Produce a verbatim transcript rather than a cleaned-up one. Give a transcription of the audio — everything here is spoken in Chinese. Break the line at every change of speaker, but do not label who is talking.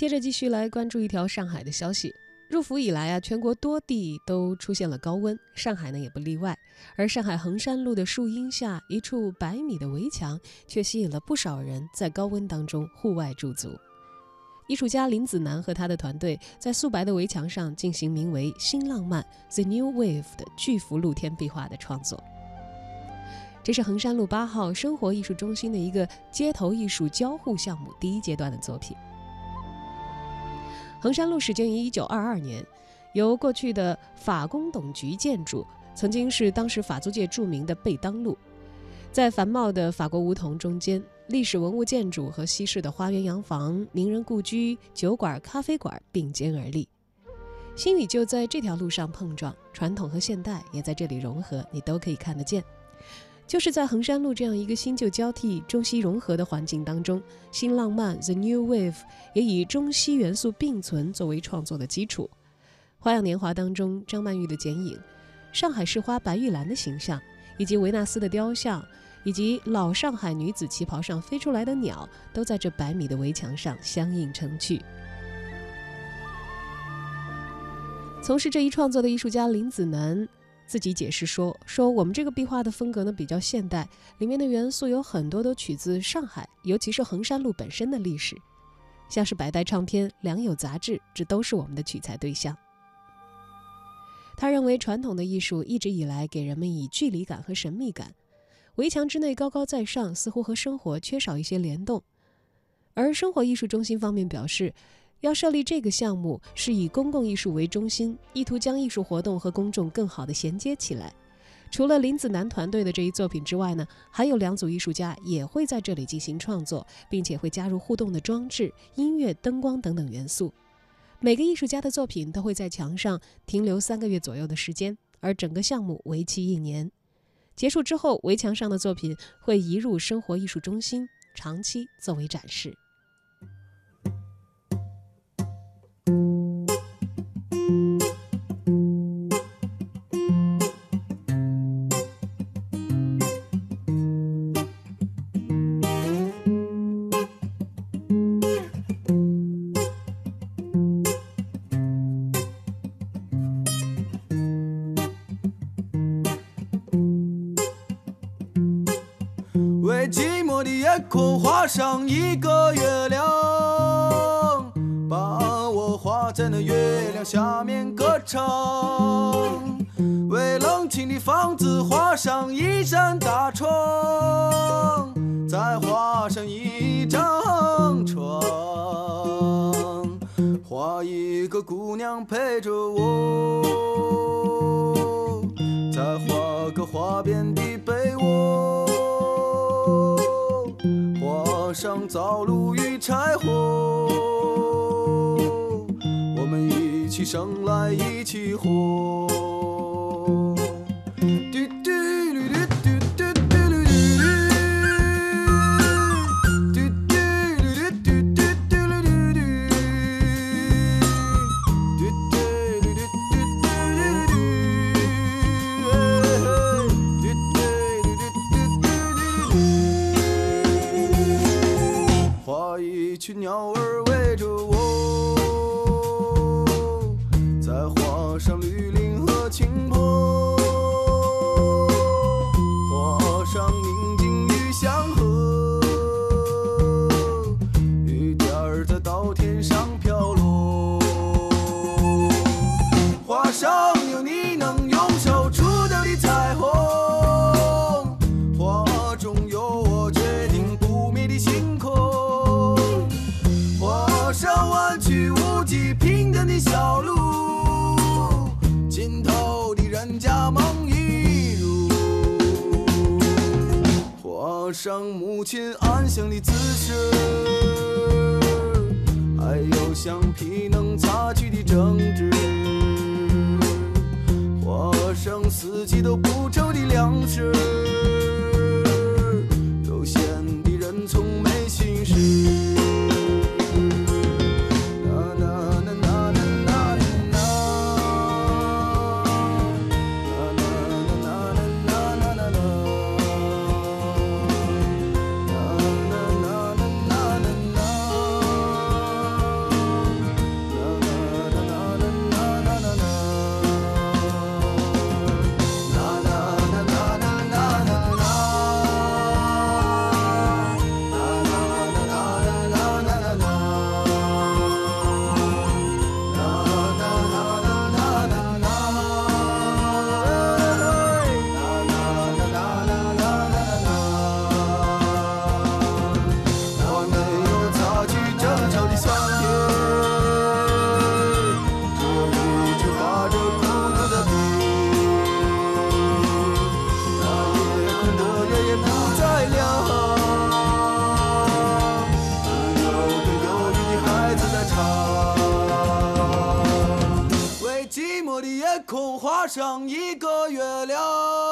接着继续来关注一条上海的消息。入伏以来啊，全国多地都出现了高温，上海呢也不例外。而上海衡山路的树荫下，一处百米的围墙却吸引了不少人在高温当中户外驻足。艺术家林子楠和他的团队在素白的围墙上进行名为“新浪漫 The New Wave” 的巨幅露天壁画的创作。这是衡山路八号生活艺术中心的一个街头艺术交互项目第一阶段的作品。衡山路始建于一九二二年，由过去的法工董局建筑，曾经是当时法租界著名的贝当路。在繁茂的法国梧桐中间，历史文物建筑和西式的花园洋房、名人故居、酒馆、咖啡馆并肩而立。新与旧在这条路上碰撞，传统和现代也在这里融合，你都可以看得见。就是在衡山路这样一个新旧交替、中西融合的环境当中，新浪漫 The New Wave 也以中西元素并存作为创作的基础。花样年华当中张曼玉的剪影，上海市花白玉兰的形象，以及维纳斯的雕像，以及老上海女子旗袍上飞出来的鸟，都在这百米的围墙上相映成趣。从事这一创作的艺术家林子楠自己解释说说我们这个壁画的风格呢比较现代，里面的元素有很多都取自上海，尤其是衡山路本身的历史，像是百代唱片、良友杂志，这都是我们的取材对象。他认为传统的艺术一直以来给人们以距离感和神秘感，围墙之内高高在上，似乎和生活缺少一些联动。而生活艺术中心方面表示，要设立这个项目是以公共艺术为中心，意图将艺术活动和公众更好地衔接起来。除了林子楠团队的这一作品之外呢，还有两组艺术家也会在这里进行创作，并且会加入互动的装置、音乐、灯光等等元素。每个艺术家的作品都会在墙上停留三个月左右的时间，而整个项目为期一年。结束之后，围墙上的作品会移入生活艺术中心，长期作为展示。
为寂寞的夜空画上一个月亮，把我画在那月亮下面歌唱。为冷清的房子画上一扇大窗，再画上一张床，画一个姑娘陪着我，再画个花边的被窝，画上灶炉与柴火，我们一起生来一起活。一群鸟儿围着我，再画上绿林和青坡，画上宁静与祥和，雨点儿在稻田上飘落，画上有你能用手触到的彩虹，画中有我决定不灭的星空，上弯曲无际平坦的小路，尽头的人家梦一如，画上母亲安详的姿势，还有橡皮能擦去的争执，画上四季都不愁的粮食，悠闲的人从没心事。 画上一个月亮。